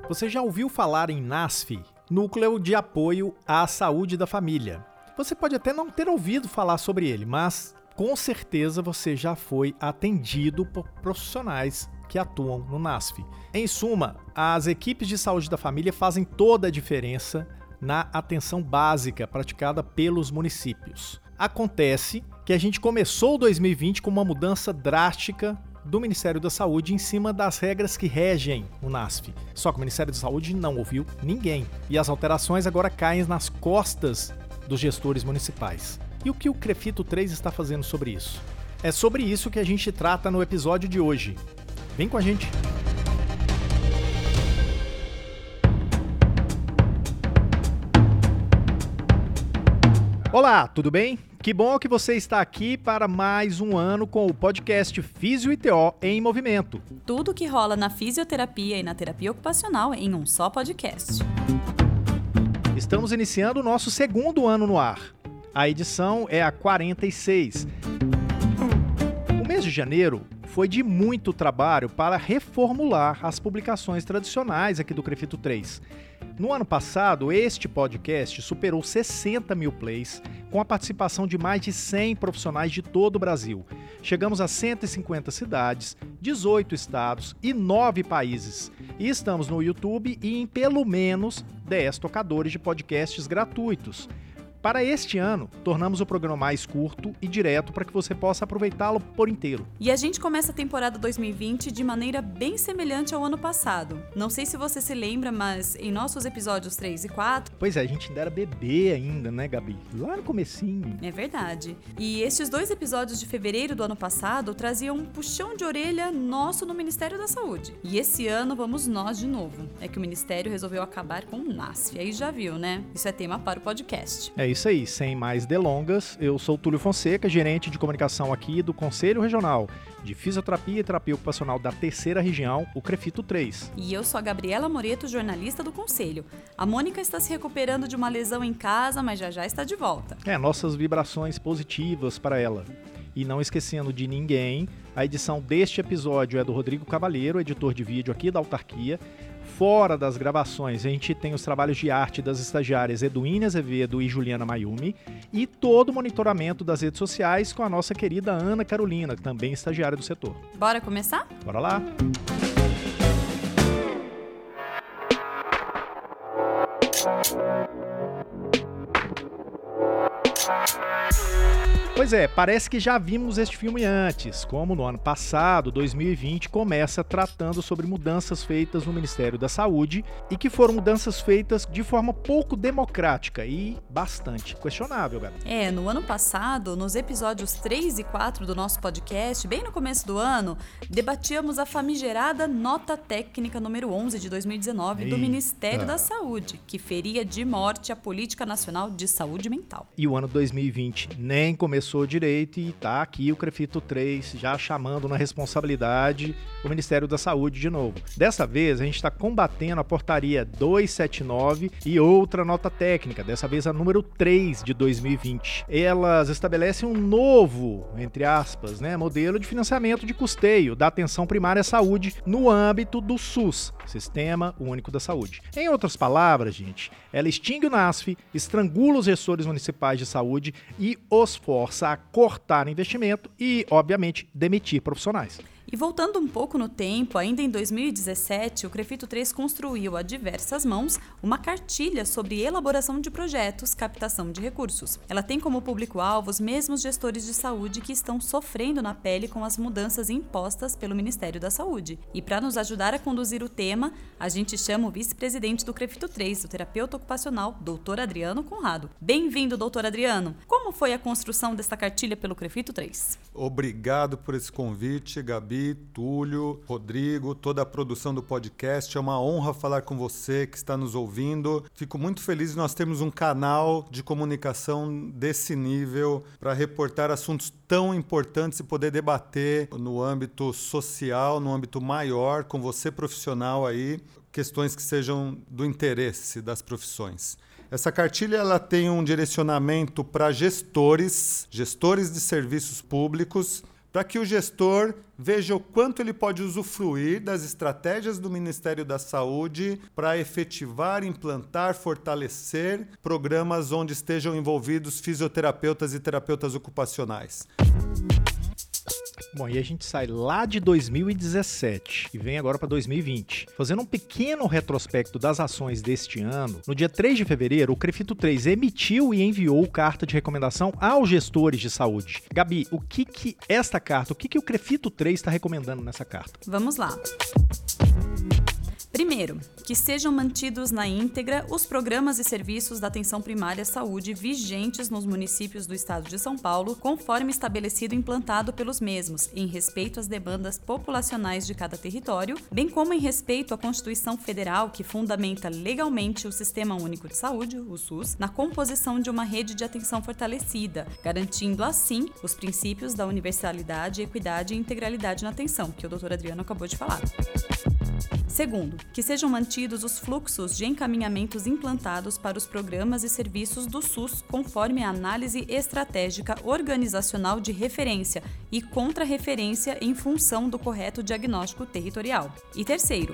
Você já ouviu falar em NASF, Núcleo de Apoio à Saúde da Família? Você pode até não ter ouvido falar sobre ele, mas com certeza você já foi atendido por profissionais que atuam no NASF. Em suma, as equipes de saúde da família fazem toda a diferença na atenção básica praticada pelos municípios. Acontece que a gente começou 2020 com uma mudança drástica do Ministério da Saúde em cima das regras que regem o NASF. Só que o Ministério da Saúde não ouviu ninguém. E as alterações agora caem nas costas dos gestores municipais. E o que o CREFITO 3 está fazendo sobre isso? É sobre isso que a gente trata no episódio de hoje. Vem com a gente! Olá, tudo bem? Que bom que você está aqui para mais um ano com o podcast Físio e TO em Movimento. Tudo que rola na fisioterapia e na terapia ocupacional em um só podcast. Estamos iniciando o nosso segundo ano no ar. A edição é a 46. O mês de janeiro foi de muito trabalho para reformular as publicações tradicionais aqui do CREFITO 3. No ano passado, este podcast superou 60 mil plays, com a participação de mais de 100 profissionais de todo o Brasil. Chegamos a 150 cidades, 18 estados e 9 países. E estamos no YouTube e em pelo menos 10 tocadores de podcasts gratuitos. Para este ano, tornamos o programa mais curto e direto para que você possa aproveitá-lo por inteiro. E a gente começa a temporada 2020 de maneira bem semelhante ao ano passado. Não sei se você se lembra, mas em nossos episódios 3 e 4... Pois é, a gente ainda era bebê ainda, né, Gabi? Lá no comecinho. É verdade. E estes 2 episódios de fevereiro do ano passado traziam um puxão de orelha nosso no Ministério da Saúde. E esse ano vamos nós de novo. É que o Ministério resolveu acabar com o NASF. Aí já viu, né? Isso é tema para o podcast. É isso aí, sem mais delongas, eu sou o Túlio Fonseca, gerente de comunicação aqui do Conselho Regional de Fisioterapia e Terapia Ocupacional da Terceira Região, o CREFITO 3. E eu sou a Gabriela Moreto, jornalista do Conselho. A Mônica está se recuperando de uma lesão em casa, mas já está de volta. Nossas vibrações positivas para ela. E não esquecendo de ninguém, a edição deste episódio é do Rodrigo Cavaleiro, editor de vídeo aqui da autarquia. Fora das gravações, a gente tem os trabalhos de arte das estagiárias Eduíne Azevedo e Juliana Mayumi e todo o monitoramento das redes sociais com a nossa querida Ana Carolina, também estagiária do setor. Bora começar? Bora lá! Pois é, parece que já vimos este filme antes, como no ano passado, 2020, começa tratando sobre mudanças feitas no Ministério da Saúde e que foram mudanças feitas de forma pouco democrática e bastante questionável, Gabi. No ano passado, nos episódios 3 e 4 do nosso podcast, bem no começo do ano, debatíamos a famigerada nota técnica número 11 de 2019 do Ministério da Saúde, que feria de morte a Política Nacional de Saúde Mental. E o ano 2020 nem começou direito e tá aqui o CREFITO 3 já chamando na responsabilidade o Ministério da Saúde de novo. Dessa vez a gente está combatendo a portaria 279 e outra nota técnica, dessa vez a número 3 de 2020. Elas estabelecem um novo, entre aspas, modelo de financiamento de custeio da atenção primária à saúde no âmbito do SUS, Sistema Único da Saúde. Em outras palavras, gente, ela extingue o NASF, estrangula os gestores municipais de saúde e os força a cortar investimento e, obviamente, demitir profissionais. E voltando um pouco no tempo, ainda em 2017, o CREFITO 3 construiu a diversas mãos uma cartilha sobre elaboração de projetos, captação de recursos. Ela tem como público-alvo os mesmos gestores de saúde que estão sofrendo na pele com as mudanças impostas pelo Ministério da Saúde. E para nos ajudar a conduzir o tema, a gente chama o vice-presidente do CREFITO 3, o terapeuta ocupacional, Dr. Adriano Conrado. Bem-vindo, Dr. Adriano! Como foi a construção desta cartilha pelo CREFITO 3? Obrigado por esse convite, Gabi, Túlio, Rodrigo, toda a produção do podcast. É uma honra falar com você que está nos ouvindo. Fico muito feliz de nós termos um canal de comunicação desse nível para reportar assuntos tão importantes e poder debater no âmbito social, no âmbito maior, com você profissional aí, questões que sejam do interesse das profissões. Essa cartilha ela tem um direcionamento para gestores de serviços públicos, para que o gestor veja o quanto ele pode usufruir das estratégias do Ministério da Saúde para efetivar, implantar, fortalecer programas onde estejam envolvidos fisioterapeutas e terapeutas ocupacionais. Bom, e a gente sai lá de 2017 e vem agora para 2020. Fazendo um pequeno retrospecto das ações deste ano, no dia 3 de fevereiro, o CREFITO 3 emitiu e enviou carta de recomendação aos gestores de saúde. Gabi, o que o CREFITO 3 está recomendando nessa carta? Vamos lá. Primeiro, que sejam mantidos na íntegra os programas e serviços da atenção primária à saúde vigentes nos municípios do estado de São Paulo, conforme estabelecido e implantado pelos mesmos, em respeito às demandas populacionais de cada território, bem como em respeito à Constituição Federal, que fundamenta legalmente o Sistema Único de Saúde, o SUS, na composição de uma rede de atenção fortalecida, garantindo assim os princípios da universalidade, equidade e integralidade na atenção, que o Dr. Adriano acabou de falar. Segundo, que sejam mantidos os fluxos de encaminhamentos implantados para os programas e serviços do SUS conforme a análise estratégica organizacional de referência e contra-referência em função do correto diagnóstico territorial. E terceiro,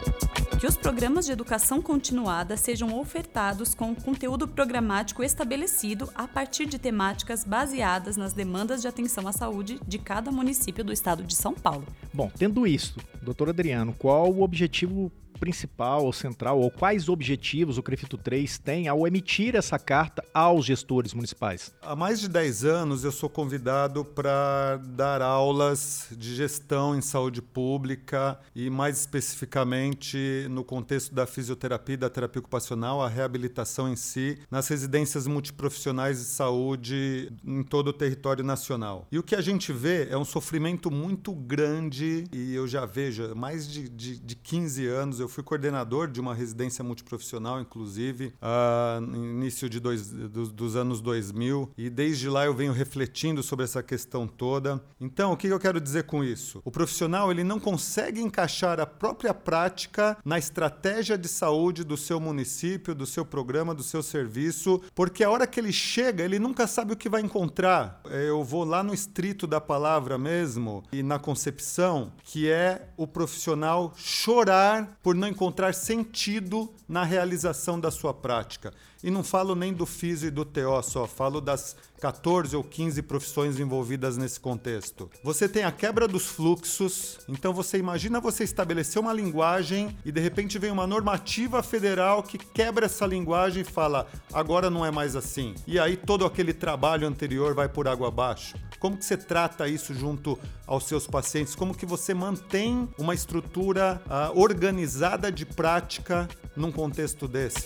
que os programas de educação continuada sejam ofertados com conteúdo programático estabelecido a partir de temáticas baseadas nas demandas de atenção à saúde de cada município do estado de São Paulo. Bom, tendo isto, doutor Adriano, qual o objetivo principal ou central, ou quais objetivos o CREFITO 3 tem ao emitir essa carta aos gestores municipais? Há mais de 10 anos eu sou convidado para dar aulas de gestão em saúde pública e mais especificamente no contexto da fisioterapia e da terapia ocupacional, a reabilitação em si, nas residências multiprofissionais de saúde em todo o território nacional. E o que a gente vê é um sofrimento muito grande e eu já vejo, há mais de 15 anos, eu fui coordenador de uma residência multiprofissional, inclusive, no início dos anos 2000, e desde lá eu venho refletindo sobre essa questão toda. Então, o que eu quero dizer com isso? O profissional ele não consegue encaixar a própria prática na estratégia de saúde do seu município, do seu programa, do seu serviço, porque a hora que ele chega, ele nunca sabe o que vai encontrar. Eu vou lá no estrito da palavra mesmo, e na concepção, que é o profissional chorar por não encontrar sentido na realização da sua prática. E não falo nem do físio e do TO só, falo das 14 ou 15 profissões envolvidas nesse contexto. Você tem a quebra dos fluxos, então você imagina você estabelecer uma linguagem e de repente vem uma normativa federal que quebra essa linguagem e fala, agora não é mais assim. E aí todo aquele trabalho anterior vai por água abaixo. Como que você trata isso junto aos seus pacientes? Como que você mantém uma estrutura organizada de prática num contexto desse?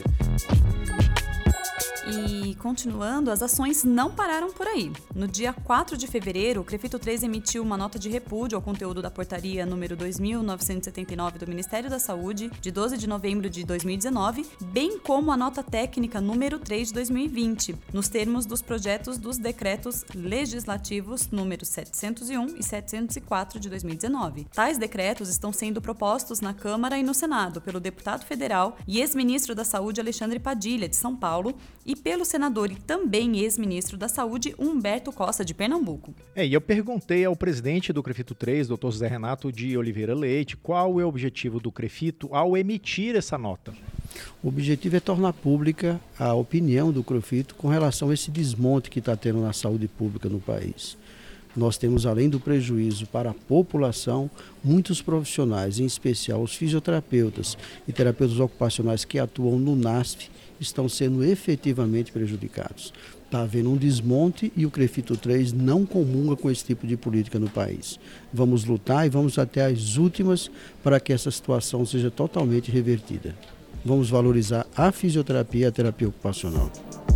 E, continuando, as ações não pararam por aí. No dia 4 de fevereiro, o CREFITO 3 emitiu uma nota de repúdio ao conteúdo da portaria número 2.979 do Ministério da Saúde, de 12 de novembro de 2019, bem como a nota técnica número 3 de 2020, nos termos dos projetos dos decretos legislativos números 701 e 704 de 2019. Tais decretos estão sendo propostos na Câmara e no Senado pelo deputado federal e ex-ministro da Saúde Alexandre Padilha, de São Paulo, e pelo senador e também ex-ministro da Saúde, Humberto Costa, de Pernambuco. E eu perguntei ao presidente do CREFITO 3, Dr. José Renato de Oliveira Leite, qual é o objetivo do CREFITO ao emitir essa nota. O objetivo é tornar pública a opinião do CREFITO com relação a esse desmonte que está tendo na saúde pública no país. Nós temos, além do prejuízo para a população, muitos profissionais, em especial os fisioterapeutas e terapeutas ocupacionais que atuam no NASF, estão sendo efetivamente prejudicados. Está havendo um desmonte e o CREFITO 3 não comunga com esse tipo de política no país. Vamos lutar e vamos até as últimas para que essa situação seja totalmente revertida. Vamos valorizar a fisioterapia e a terapia ocupacional.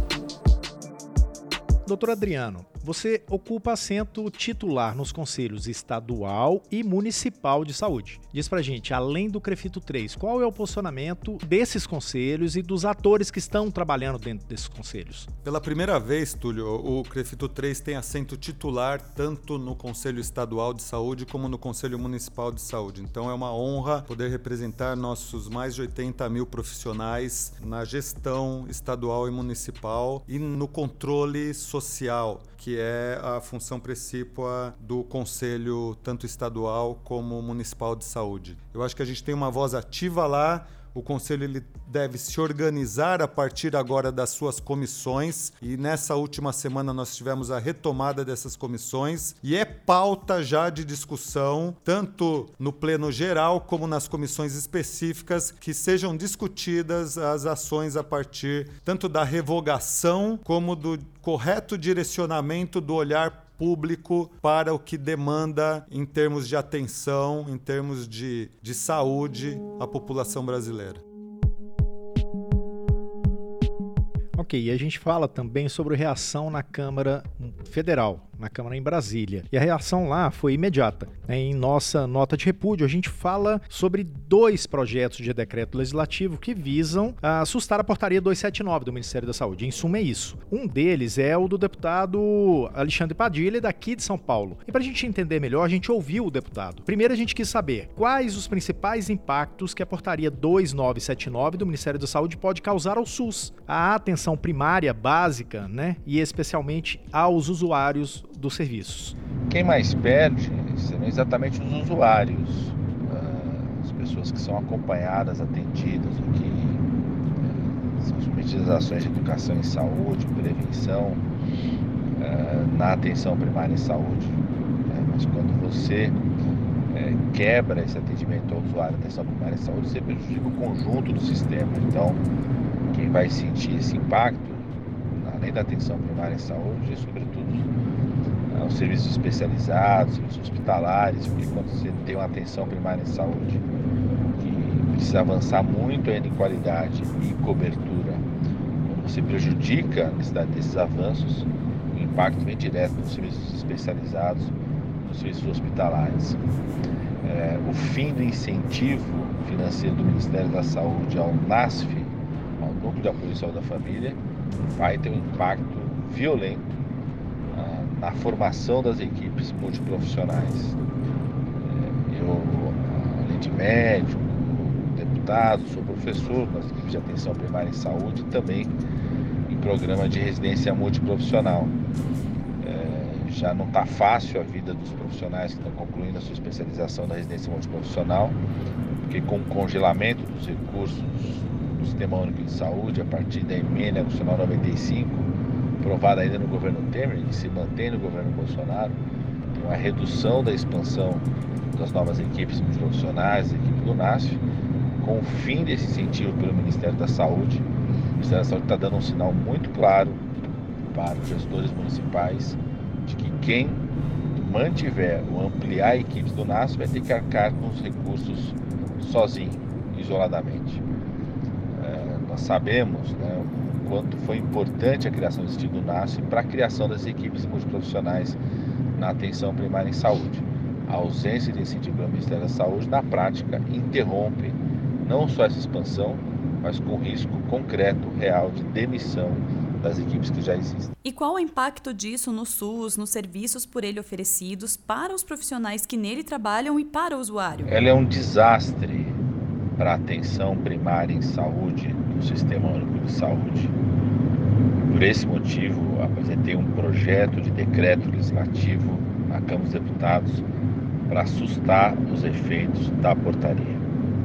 Doutor Adriano, você ocupa assento titular nos conselhos estadual e municipal de saúde. Diz pra gente, além do CREFITO 3, qual é o posicionamento desses conselhos e dos atores que estão trabalhando dentro desses conselhos? Pela primeira vez, Túlio, o CREFITO 3 tem assento titular tanto no Conselho Estadual de Saúde como no Conselho Municipal de Saúde. Então é uma honra poder representar nossos mais de 80 mil profissionais na gestão estadual e municipal e no controle social, que é a função precípua do Conselho, tanto estadual como municipal de saúde. Eu acho que a gente tem uma voz ativa lá. O Conselho ele deve se organizar a partir agora das suas comissões, e nessa última semana nós tivemos a retomada dessas comissões e é pauta já de discussão, tanto no pleno geral como nas comissões específicas, que sejam discutidas as ações a partir tanto da revogação como do correto direcionamento do olhar público para o que demanda em termos de atenção, em termos de saúde, a população brasileira. Ok, e a gente fala também sobre reação na Câmara Federal, na Câmara em Brasília. E a reação lá foi imediata. Em nossa nota de repúdio, a gente fala sobre 2 projetos de decreto legislativo que visam assustar a portaria 279 do Ministério da Saúde. Em suma, é isso. Um deles é o do deputado Alexandre Padilha, daqui de São Paulo. E para a gente entender melhor, a gente ouviu o deputado. Primeiro, a gente quis saber quais os principais impactos que a portaria 2979 do Ministério da Saúde pode causar ao SUS, à atenção primária, básica, né? E especialmente aos usuários dos serviços. Quem mais perde serão exatamente os usuários, as pessoas que são acompanhadas, atendidas, o que são submetidas a ações de educação em saúde, prevenção, na atenção primária em saúde. Mas quando você quebra esse atendimento ao usuário da atenção primária em saúde, você prejudica o conjunto do sistema. Então, quem vai sentir esse impacto, além da atenção primária em saúde, é sobretudo os serviços especializados, serviços hospitalares, porque quando você tem uma atenção primária em saúde que precisa avançar muito ainda em qualidade e cobertura, quando você prejudica a necessidade desses avanços, o impacto vem direto nos serviços especializados, nos serviços hospitalares. O fim do incentivo financeiro do Ministério da Saúde ao NASF, ao Núcleo de Apoio à Saúde da Família, vai ter um impacto violento na formação das equipes multiprofissionais. Eu, além de médico, deputado, sou professor nas equipes de atenção primária em saúde e também em programa de residência multiprofissional. Já não está fácil a vida dos profissionais que estão concluindo a sua especialização na residência multiprofissional, porque com o congelamento dos recursos do Sistema Único de Saúde, a partir da emenda constitucional 95, aprovada ainda no governo Temer, que se mantém no governo Bolsonaro, tem uma redução da expansão das novas equipes multiprofissionais, a equipe do NASF, com o fim desse incentivo pelo Ministério da Saúde. O Ministério da Saúde está dando um sinal muito claro para os gestores municipais de que quem mantiver ou ampliar equipes do NASF vai ter que arcar com os recursos sozinho, isoladamente. Nós sabemos, né, o quanto foi importante a criação do Instituto NASF para a criação das equipes multiprofissionais na atenção primária em saúde. A ausência de incentivo pelo Ministério da Saúde, na prática, interrompe não só essa expansão, mas com risco concreto, real, de demissão das equipes que já existem. E qual o impacto disso no SUS, nos serviços por ele oferecidos, para os profissionais que nele trabalham e para o usuário? Ela é um desastre para a atenção primária em saúde do Sistema Único de Saúde. Por esse motivo, apresentei um projeto de decreto legislativo na Câmara dos Deputados para assustar os efeitos da portaria.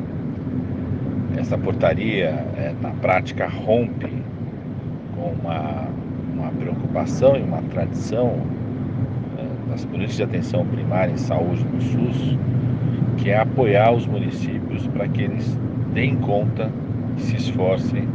Essa portaria, na prática, rompe com uma preocupação e uma tradição das políticas de atenção primária em saúde no SUS, que é apoiar os municípios para que eles deem conta e se esforcem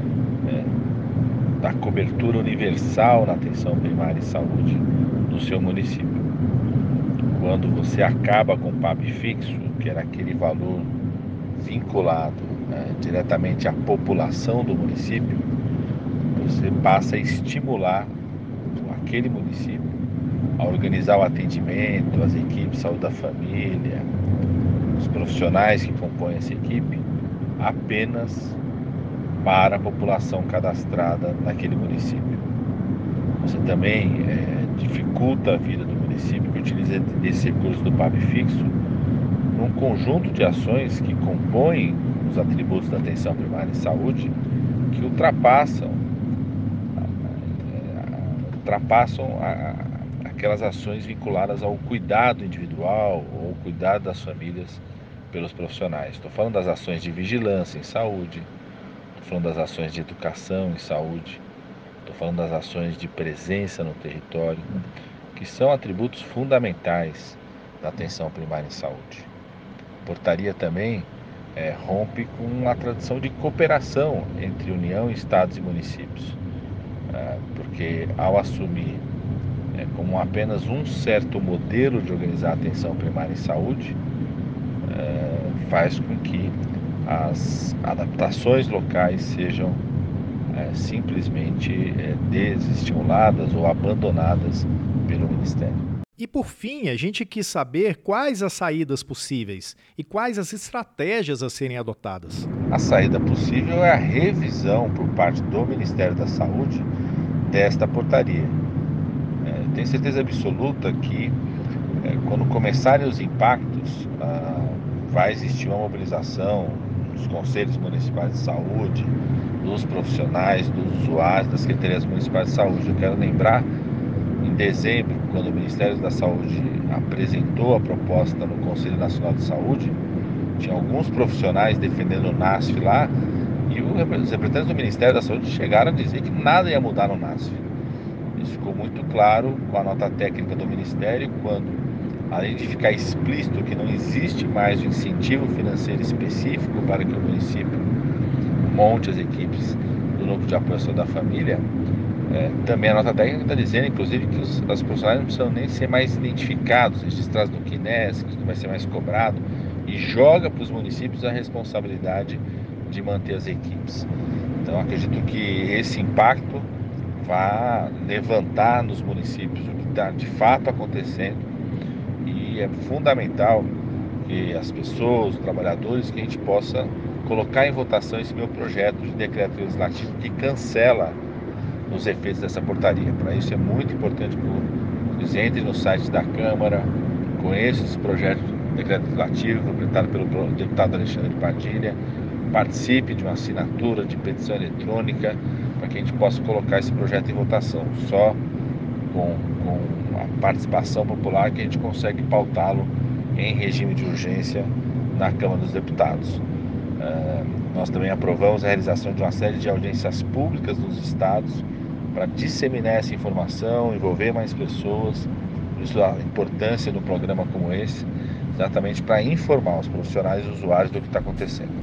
da cobertura universal na atenção primária em saúde no seu município. Quando você acaba com o PAB fixo, que era aquele valor vinculado diretamente à população do município, você passa a estimular aquele município a organizar o atendimento, as equipes de saúde da família, os profissionais que compõem essa equipe, apenas para a população cadastrada naquele município. Você também dificulta a vida do município que utiliza esse recurso do PAB fixo num conjunto de ações que compõem os atributos da atenção primária em saúde, que ultrapassam aquelas ações vinculadas ao cuidado individual ou cuidado das famílias pelos profissionais. Estou falando das ações de vigilância em saúde, estou falando das ações de educação em saúde, estou falando das ações de presença no território, que são atributos fundamentais da atenção primária em saúde. A portaria também rompe com a tradição de cooperação entre União, Estados e municípios, porque ao assumir como apenas um certo modelo de organizar a atenção primária em saúde, faz com que as adaptações locais sejam simplesmente desestimuladas ou abandonadas pelo Ministério. E por fim, a gente quis saber quais as saídas possíveis e quais as estratégias a serem adotadas. A saída possível é a revisão por parte do Ministério da Saúde desta portaria. Tenho certeza absoluta que quando começarem os impactos, vai existir uma mobilização dos conselhos municipais de saúde, dos profissionais, dos usuários das secretarias municipais de saúde. Eu quero lembrar, em dezembro, quando o Ministério da Saúde apresentou a proposta no Conselho Nacional de Saúde, tinha alguns profissionais defendendo o NASF lá, e os representantes do Ministério da Saúde chegaram a dizer que nada ia mudar no NASF. Isso ficou muito claro com a nota técnica do Ministério, quando, além de ficar explícito que não existe mais um incentivo financeiro específico para que o município monte as equipes do Núcleo de Apoio à Saúde da Família, também a nota técnica está dizendo, inclusive, que os profissionais não precisam nem ser mais identificados, registrados no CNES, que não vai ser mais cobrado, e joga para os municípios a responsabilidade de manter as equipes. Então, acredito que esse impacto vai levantar nos municípios o que está de fato acontecendo, e é fundamental que as pessoas, os trabalhadores, que a gente possa colocar em votação esse meu projeto de decreto legislativo que cancela os efeitos dessa portaria. Para isso é muito importante que vocês entrem no site da Câmara, conheçam esse projeto de decreto legislativo apresentado pelo deputado Alexandre Padilha, participe de uma assinatura de petição eletrônica para que a gente possa colocar esse projeto em votação. Só com a participação popular que a gente consegue pautá-lo em regime de urgência na Câmara dos Deputados. Nós também aprovamos a realização de uma série de audiências públicas nos estados para disseminar essa informação, envolver mais pessoas. Por isso a importância de um programa como esse, exatamente para informar os profissionais e os usuários do que está acontecendo.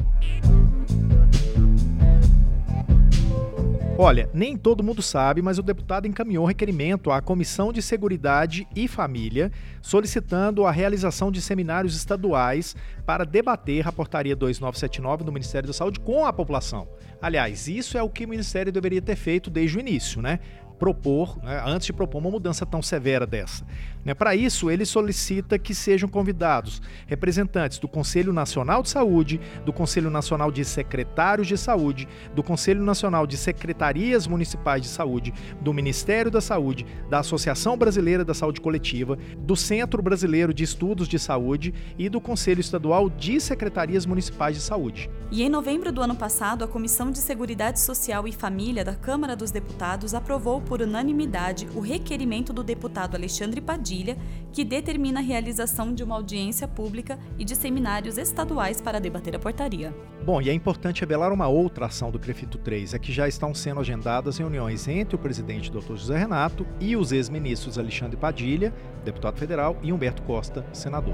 Olha, nem todo mundo sabe, mas o deputado encaminhou requerimento à Comissão de Seguridade e Família, solicitando a realização de seminários estaduais para debater a portaria 2979 do Ministério da Saúde com a população. Aliás, isso é o que o Ministério deveria ter feito desde o início, né? Antes de propor uma mudança tão severa dessa. Para isso, ele solicita que sejam convidados representantes do Conselho Nacional de Saúde, do Conselho Nacional de Secretários de Saúde, do Conselho Nacional de Secretarias Municipais de Saúde, do Ministério da Saúde, da Associação Brasileira da Saúde Coletiva, do Centro Brasileiro de Estudos de Saúde e do Conselho Estadual de Secretarias Municipais de Saúde. E em novembro do ano passado, a Comissão de Seguridade Social e Família da Câmara dos Deputados aprovou por unanimidade o requerimento do deputado Alexandre Padilha, que determina a realização de uma audiência pública e de seminários estaduais para debater a portaria. Bom, e é importante revelar uma outra ação do CREFITO 3, que já estão sendo agendadas reuniões entre o presidente Dr. José Renato e os ex-ministros Alexandre Padilha, deputado federal, e Humberto Costa, senador.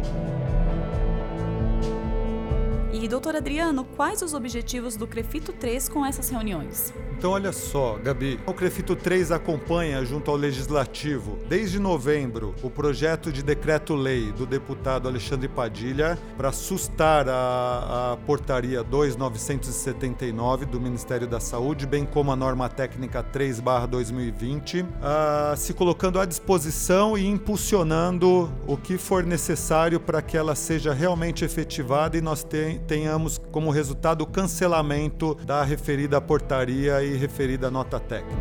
E, doutor Adriano, quais os objetivos do CREFITO 3 com essas reuniões? Então, olha só, Gabi, o CREFITO 3 acompanha, junto ao Legislativo, desde novembro, o projeto de decreto-lei do deputado Alexandre Padilha para sustar a portaria 2979 do Ministério da Saúde, bem como a norma técnica 3/2020, se colocando à disposição e impulsionando o que for necessário para que ela seja realmente efetivada e nós tenhamos como resultado o cancelamento da referida portaria e referida nota técnica.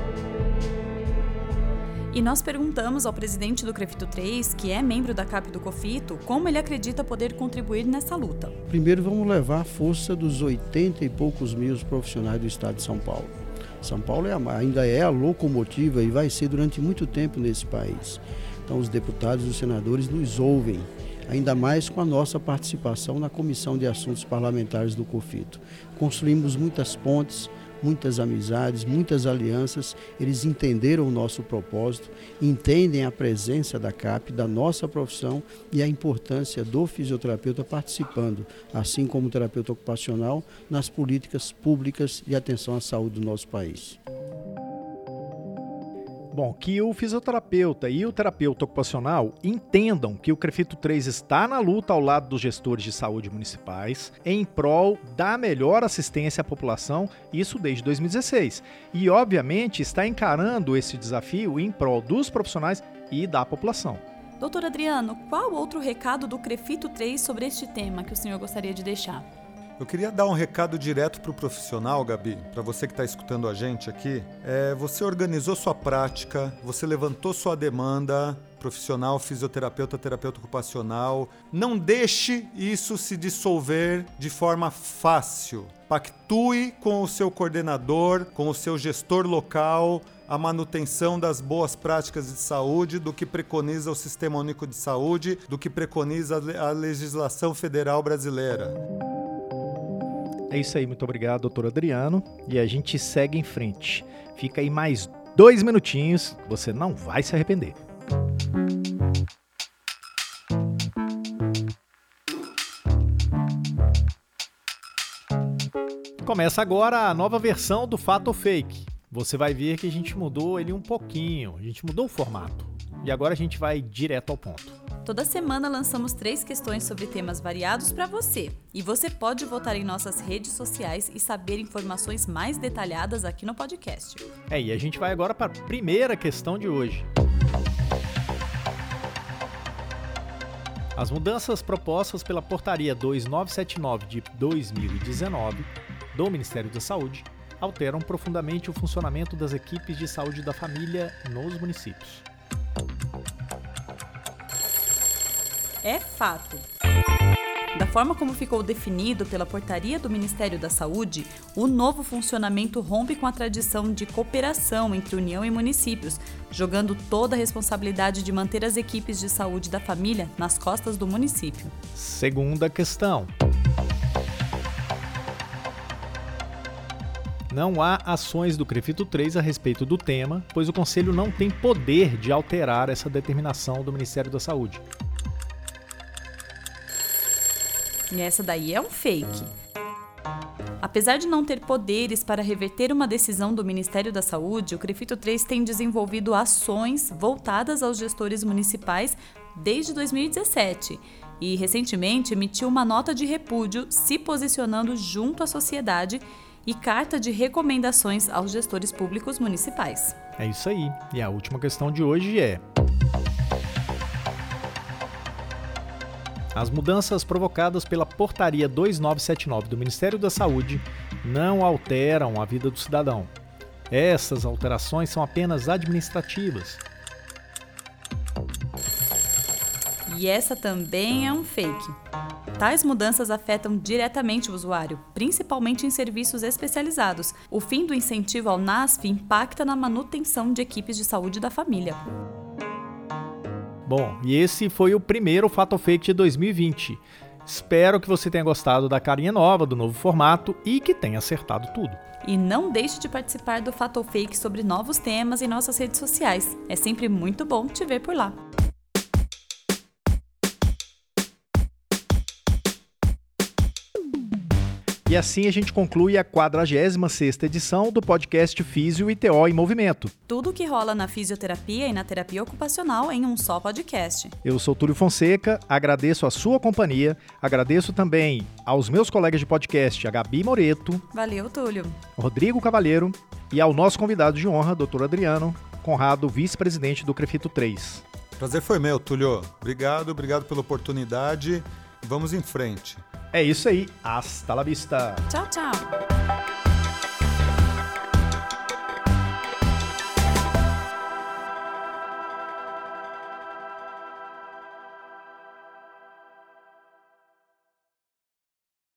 E nós perguntamos ao presidente do CREFITO 3, que é membro da CAP do COFITO, como ele acredita poder contribuir nessa luta. Primeiro vamos levar a força dos 80 e poucos mil profissionais do estado de São Paulo. São Paulo ainda é a locomotiva e vai ser durante muito tempo nesse país. Então os deputados e os senadores nos ouvem, ainda mais com a nossa participação na Comissão de Assuntos Parlamentares do COFITO. Construímos muitas pontes, muitas amizades, muitas alianças. Eles entenderam o nosso propósito, entendem a presença da CAP, da nossa profissão e a importância do fisioterapeuta participando, assim como o terapeuta ocupacional, nas políticas públicas de atenção à saúde do nosso país. Bom, que o fisioterapeuta e o terapeuta ocupacional entendam que o CREFITO 3 está na luta ao lado dos gestores de saúde municipais em prol da melhor assistência à população, isso desde 2016. E, obviamente, está encarando esse desafio em prol dos profissionais e da população. Doutor Adriano, qual outro recado do CREFITO 3 sobre este tema que o senhor gostaria de deixar? Eu queria dar um recado direto para o profissional, Gabi, para você que está escutando a gente aqui. Você organizou sua prática, você levantou sua demanda, profissional, fisioterapeuta, terapeuta ocupacional. Não deixe isso se dissolver de forma fácil. Pactue com o seu coordenador, com o seu gestor local, a manutenção das boas práticas de saúde, do que preconiza o Sistema Único de Saúde, do que preconiza a legislação federal brasileira. É isso aí, muito obrigado, doutor Adriano. E a gente segue em frente. Fica aí mais 2 minutinhos, você não vai se arrepender. Começa agora a nova versão do Fato ou Fake. Você vai ver que a gente mudou ele um pouquinho, a gente mudou o formato. E agora a gente vai direto ao ponto. Toda semana lançamos 3 questões sobre temas variados para você. E você pode votar em nossas redes sociais e saber informações mais detalhadas aqui no podcast. E a gente vai agora para a primeira questão de hoje. As mudanças propostas pela Portaria 2979 de 2019 do Ministério da Saúde alteram profundamente o funcionamento das equipes de saúde da família nos municípios. É fato. Da forma como ficou definido pela Portaria do Ministério da Saúde, o novo funcionamento rompe com a tradição de cooperação entre União e municípios, jogando toda a responsabilidade de manter as equipes de saúde da família nas costas do município. Segunda questão. Não há ações do CREFITO 3 a respeito do tema, pois o Conselho não tem poder de alterar essa determinação do Ministério da Saúde. E essa daí é um fake. Apesar de não ter poderes para reverter uma decisão do Ministério da Saúde, o CREFITO 3 tem desenvolvido ações voltadas aos gestores municipais desde 2017 e, recentemente, emitiu uma nota de repúdio se posicionando junto à sociedade e carta de recomendações aos gestores públicos municipais. É isso aí. E a última questão de hoje é: as mudanças provocadas pela Portaria 2979 do Ministério da Saúde não alteram a vida do cidadão. Essas alterações são apenas administrativas. E essa também é um fake. Tais mudanças afetam diretamente o usuário, principalmente em serviços especializados. O fim do incentivo ao NASF impacta na manutenção de equipes de saúde da família. Bom, e esse foi o primeiro Fato ou Fake de 2020. Espero que você tenha gostado da carinha nova, do novo formato e que tenha acertado tudo. E não deixe de participar do Fato ou Fake sobre novos temas em nossas redes sociais. É sempre muito bom te ver por lá. E assim a gente conclui a 46ª edição do podcast Físio e TO em Movimento. Tudo o que rola na fisioterapia e na terapia ocupacional em um só podcast. Eu sou Túlio Fonseca, agradeço a sua companhia, agradeço também aos meus colegas de podcast, a Gabi Moreto. Valeu, Túlio. Rodrigo Cavalheiro e ao nosso convidado de honra, Dr. Adriano Conrado, vice-presidente do CREFITO 3. Prazer foi meu, Túlio. Obrigado pela oportunidade. Vamos em frente. É isso aí. Hasta la vista. Tchau, tchau.